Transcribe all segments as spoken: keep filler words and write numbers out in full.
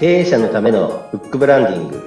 経営者のためのフックブランディング。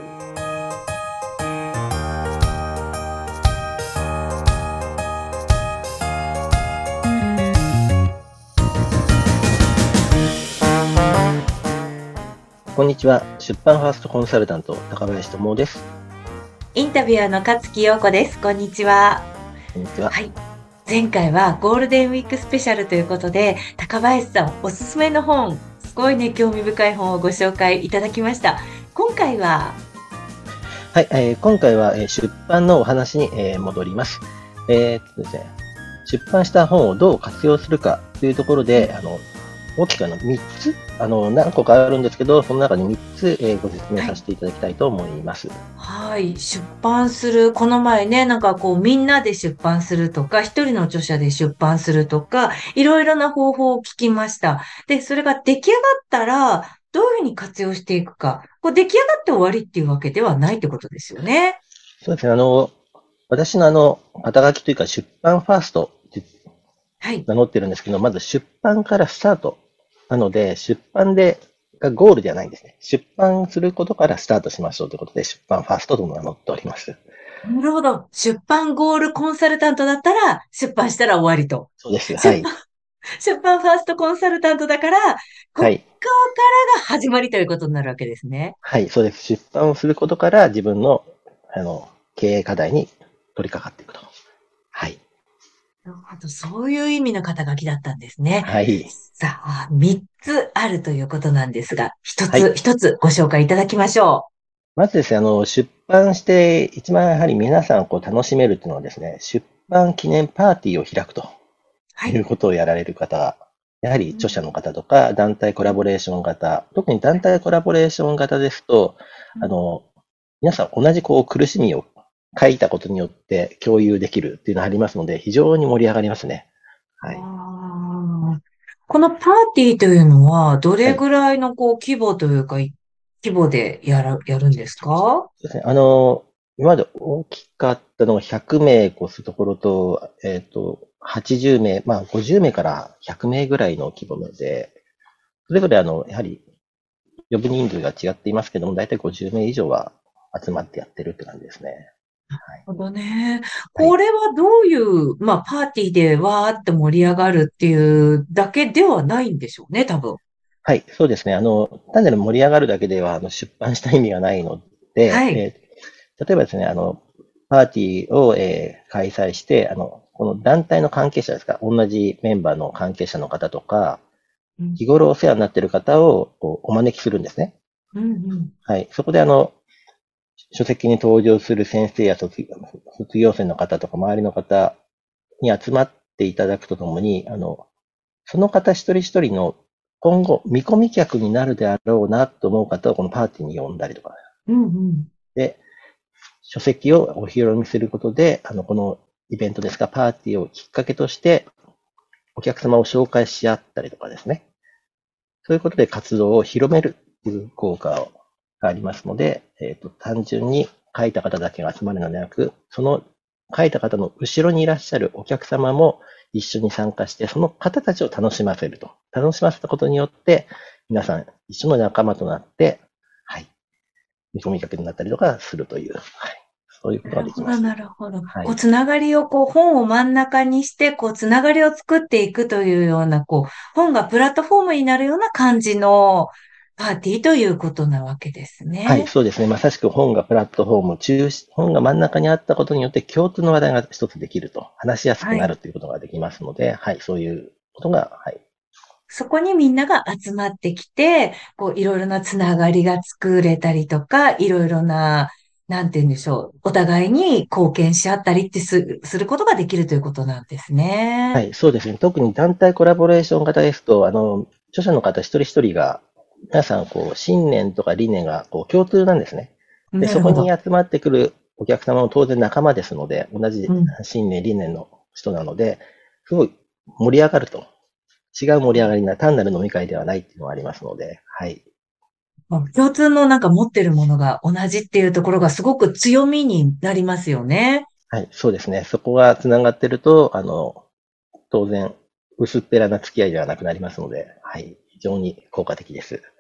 こんにちは。出版ファーストコンサルタント高林智です。 インタビュアーの勝木陽子です。こんにちは。 こんにちは。 はい。前回はゴールデンウィークスペシャルということで、高林さんおすすめの本、すごいね、興味深い本をご紹介いただきました。今回は、 はい、えー今回は、えー出版のお話に、えー戻ります。えーっとですね、出版した本をどう活用するかというところで、あの大きくあのみっつ、あの何個かあるんですけど、その中にみっつ、えーご説明はい。 させていただきたいと思います。 はい。出版する、この前ね、なんかこう、みんなで出版するとか、一人の著者で出版するとか、いろいろな方法を聞きました。で、それが出来上がったら、どういうふうに活用していくか。こう出来上がって終わりっていうわけではないってことですよね。 そうですね、あの、私のあの、肩書きというか出版ファーストってはい。 名乗ってるんですけど、まず出版からスタート。なので、出版で、がゴールではないんですね。出版することからスタートしましょうということで、出版ファーストと名乗っております。 なるほど。出版ゴールコンサルタントだったら、出版したら終わりと。 そうです。はい。 出版、出版ファーストコンサルタントだから、こっからはい。 が始まりということになるわけですね。 はい。そうです。出版をすることから自分の、あの、経営課題に取り掛かっていくと。はい。 なるほど。そういう意味の肩書きだったんですね。 はい。 さあ、三つあるということなんですが、一はい。 つ一つご紹介いただきましょまずですね、あの、出版して一番やはり皆さんこう楽しめるっていうのはですね、出版記念パーティーを開くと。 う。はい。 いうことをやられる方、やはり著者うん。 の方とか、団体コラボレーション型、特に団体コラボレーション型ですと、 うん。 あの、皆さん同じこう苦しみを書いたことによって共有できるっていうのがありますので、非常に盛り上がりますね。はい。 あーこのパーティーというのは、どはい。 れぐらいのこう規模というか、い規模でやら、やるんですか？ そうですね。あの、今まで大きかったのがひゃくめい超すところと、えっと、はちじゅうめい、まあごじゅうめいからひゃくめいぐらいの規模で、それぞれあの、やはり呼ぶ人数が違っていますけども、だいたいごじゅうめい以上は集まってやってるって感じですね。はい。 なるほどね。 はい。 これはどういう、まあ、パーティーでわーって盛り上がるっていうだけではないんでしょうね、多分。 はい、そうですね。あの、単なる盛り上がるだけでは、あの、出版した意味がないので、 はい。 えー例えばですね、あの、パーティーを、えー開催して、あの、この団体の関係者ですか、同じメンバーの関係者の方とか、 うん、 日頃お世話になっている方をこうお招きするんですね。 うん、うん。 はい。そこであの、書籍に登場する先生や卒卒業生の方とか周りの方に集まっていただくとともに、あの、その方一人一人の今後見込み客になるであろうなと思う方をこのパーティーに呼んだりとかうん、うん。 で、書籍をお披露目することで、あの、このイベントですか、パーティーをきっかけとしてお客様を紹介し合ったりとかですね。そういうことで活動を広めるという効果がありますので、えっと、単純に書いた方だけが集まるのではなく、その書いた方の後ろにいらっしゃるお客様も一緒に参加して、その方たちを楽しませると。楽しませたことによって、皆さん一緒の仲間となって、はい、見込み客になったりとかするという、はい、そういうことがなるほど、 できます。 なるほど。こう、 はい。 つながりを、こう、本を真ん中にして、こう、つながりを作っていくというような、こう、本がプラットフォームになるような感じのパーティーということなわけですはい、 ね。 そうですね。まさしく本がプラットフォーム、中心、本が真ん中にあったことによって共通の話題が一つできると、話しやすくはい。 なるということができますので、はい、そういうことが、はい。 そこにみんなが集まってきて、こう、いろいろなつながりが作れたりとか、いろいろな、なんて言うんでしょう。お互いに貢献し合ったりってす、することができるということなんですね。 はい、そうですね。特に団体コラボレーション型ですと、あの、著者の方一人一人が、皆さん、こう、信念とか理念が、こう、共通なんですね。で、そこになるほど。 集まってくるお客様も当然仲間ですので、同じうん。 信念、理念の人なので、すごい盛り上がると。違う盛り上がりな、単なる飲み会ではないっていうのがありますので、はい。 共通のなんか持ってるものが同じっていうところがすごく強みになりますよね。 はい、そうですね。そこが繋がってると、あの、当然、薄っぺらな付き合いではなくなりますので、はい、非常に効果的です。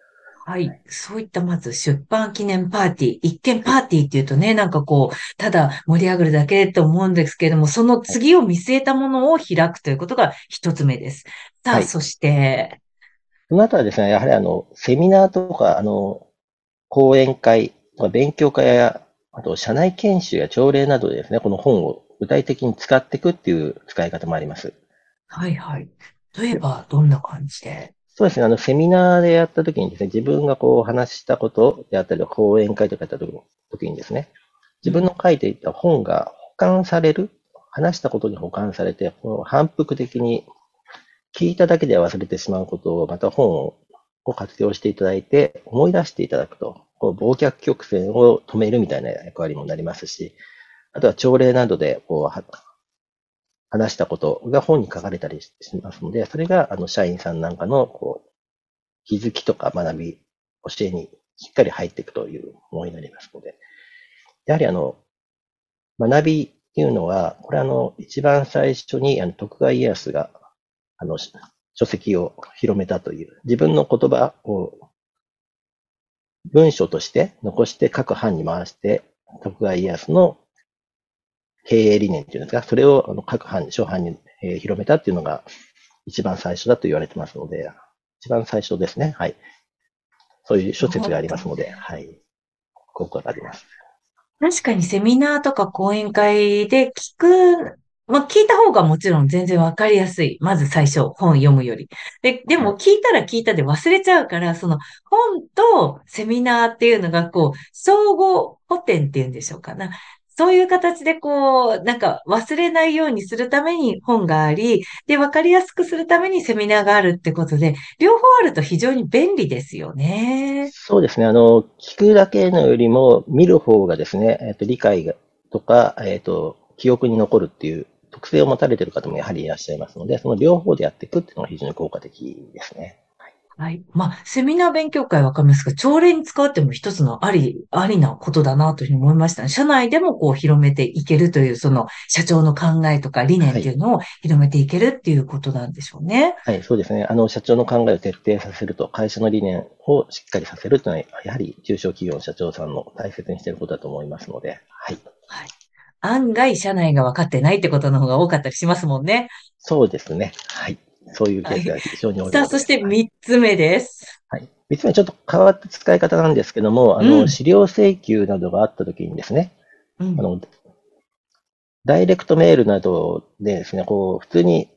はい。そういったまず出版記念パーティー。一見パーティーっていうとね、なんかこう、ただ盛り上がるだけと思うんですけれども、そのはい。 次を見据えたものを開くということが一つ目です。さあ、 はい。 そして、 その後はですね、やはりあの、セミナーとか、あの、講演会とか勉強会や、あと、社内研修や朝礼などでですね、この本を具体的に使っていくっていう使い方もあります。 はいはい。例えば、どんな感じで？ そうですね。あの、セミナーでやった時にですね、自分がこう話したことであったり、講演会とかやった時時にですね、自分うん。 の書いていた本が保管される、話したことに保管されて、この反復的に聞いただけでは忘れてしまうことを、また本をを活用していただいて、思い出していただくと、こう忘却曲線を止めるみたいな役割もなりますし、あとは朝礼などでこうは話したことが本に書かれたりしますので、それがあの社員さんなんかのこう気づきとか学び、教えにしっかり入っていくというものになりますので、やはりあの、学びっていうのは、これあの、一番最初にあの徳川家康が、あの、書籍を広めたという、自分の言葉を文章として残して各藩に回して、徳川家康の経営理念っていうんですか、それをあの各藩、諸藩に、えー広めたっていうのが一番最初だと言われてますので、一番最初ですね。はい。そういう諸説がありますので、はい。効果があります。 確かにセミナーとか講演会で聞く、まあ聞いた方がもちろん全然わかりやすい。まず最初、本読むより。で、ではい。 も聞いたら聞いたで忘れちゃうから、その本とセミナーっていうのがこう、相互補填っていうんでしょうかな。そういう形でこう、なんか忘れないようにするために本があり、で、わかりやすくするためにセミナーがあるってことで、両方あると非常に便利ですよね。 そうですね。あの、聞くだけのよりも、見る方がですね、えっと、理解がとか、えっと、記憶に残るっていう特性を持たれている方もやはりいらっしゃいますので、その両方でやっていくっていうのが非常に効果的ですね。 はい。まあ、セミナー勉強会わかりますが、朝礼に使うっても一つのあり、ありなことだなというふうに思いましたね。社内でもこう広めていけるという、その社長の考えとか理念はい。 っていうのを広めていけるっていうことなんでしょうね。 はい、そうですね。あの、社長の考えを徹底させると、会社の理念をしっかりさせるというのは、やはり中小企業の社長さんの大切にしていることだと思いますので、はい。 はい。案外、社内が分かってないってことの方が多かったりしますもんね。 そうですね。はい。そういうケはい。 ースが非常に多いさあ、そしものです。はい。 て三つ目です。 はい。別にちょっと変わった使い方なんですけども、あの、 うん。 資料請求などがあったときにですね、 うん。 あの、ダイレクトメールなどでですね、こう、普通に、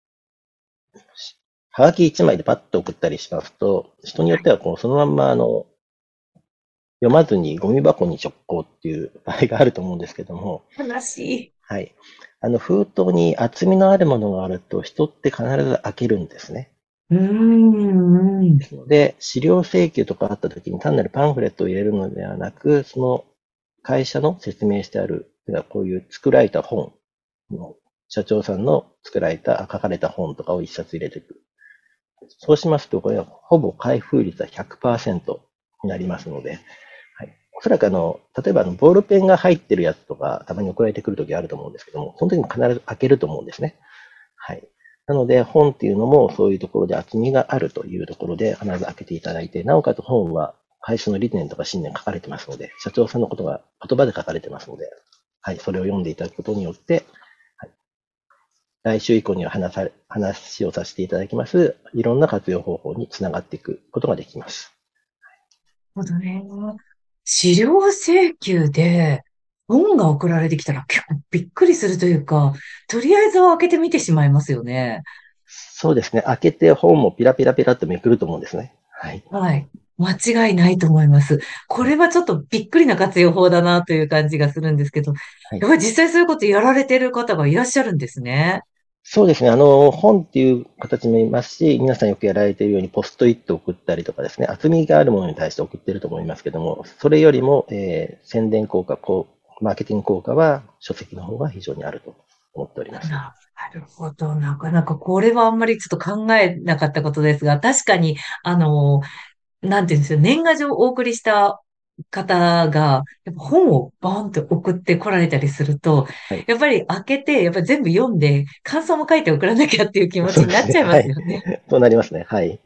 はがきいちまいでパッと送ったりしますと、人によってはこう、そのまんま、あの、読まずにゴミ箱に直行っていう場合があると思うんですけども、 悲しい。 はい。あの、封筒に厚みのあるものがあると、人って必ず開けるんですね。 うーん。うん。 ですので、資料請求とかあった時に単なるパンフレットを入れるのではなく、その会社の説明してある、こういう作られた本の、社長さんの作られた、書かれた本とかを一冊入れていく。そうしますと、これはほぼ開封率はひゃくパーセントになりますので、はい。おそらくあの、例えばあの、ボールペンが入ってるやつとか、たまに送られてくる時あると思うんですけども、その時に必ず開けると思うんですね。はい。なので、本っていうのもそういうところで厚みがあるというところで必ず開けていただいて、なおかつ本は会社の理念とか信念書かれてますので、社長さんのことが言葉で書かれてますので、はい、それを読んでいただくことによって、はい、来週以降には話さ話をさせていただきます、いろんな活用方法につながっていくことができます。 なるほどね。資料請求で本が送られてきたら結構びっくりするというか、とりあえずは開けてみてしまいますよね。 そうですね。開けて本もピラピラピラっとめくると思うんですね。はい。 はい。間違いないと思います。こはい。 れはちょっとびっくりな活用法だなという感じがするんですけど、 はい。 やっぱり実際そういうことやられてる方がいらっしゃるんですね。 そうですね。あの、本っていう形もいますし、皆さんよくやられているようにポストイットを送ったりとかですね、厚みがあるものに対して送っていると思いますけども、それよりも、えー宣伝効果、こう、マーケティング効果は書籍の方が非常にあると思っております。 ななるほど。なかなかこれはあんまりちょっと考えなかったことですが、確かに、あの、なんていうんですよ、年賀状をお送りした方が、やっぱ本をバーンって送ってこられたりすると、 はい。 やっぱり開けて、やっぱり全部読んで、感想も書いて送らなきゃっていう気持ちそうですね。 になっちゃいまはい。 すよね。 そうなりますね。はい。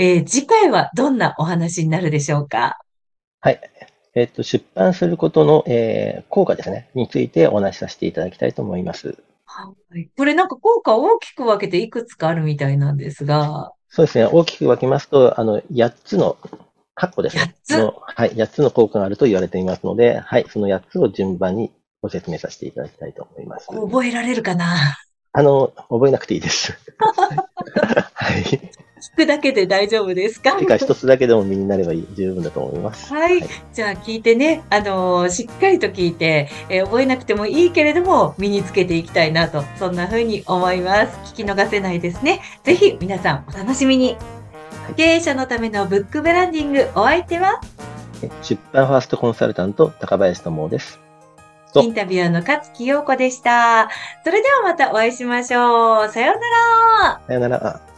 えー次回はどんなお話になるでしょうか？ はい。えっと、出版することの、えー効果ですね、についてお話しさせていただきたいと思います。 はい。これなんか効果を大きく分けていくつかあるみたいなんですが、 そうですね。大きく分けますと、あの、やっつの、括弧です 8 ね。 つの、はい、やっつの効果があると言われていますので、はい、そのやっつを順番にご説明させていただきたいと思います。 覚えられるかな？ あの、覚えなくていいです。はい。 聞くだけで大丈夫ですか？ 理解一つだけでも身になればいい十分だと思います。 はい。 はい。 じゃあ聞いてね、あのーしっかりと聞いて、えー覚えなくてもいいけれども、身につけていきたいなと、そんな風に思います。聞き逃せないですね。ぜひ皆さんお楽しみに。 はい、 経営者のためのブックブランディング、お相手は、 出版ファーストコンサルタント、高林智です。と、 インタビュアーの勝木陽子でした。それではまたお会いしましょう。さようなら。 さよなら。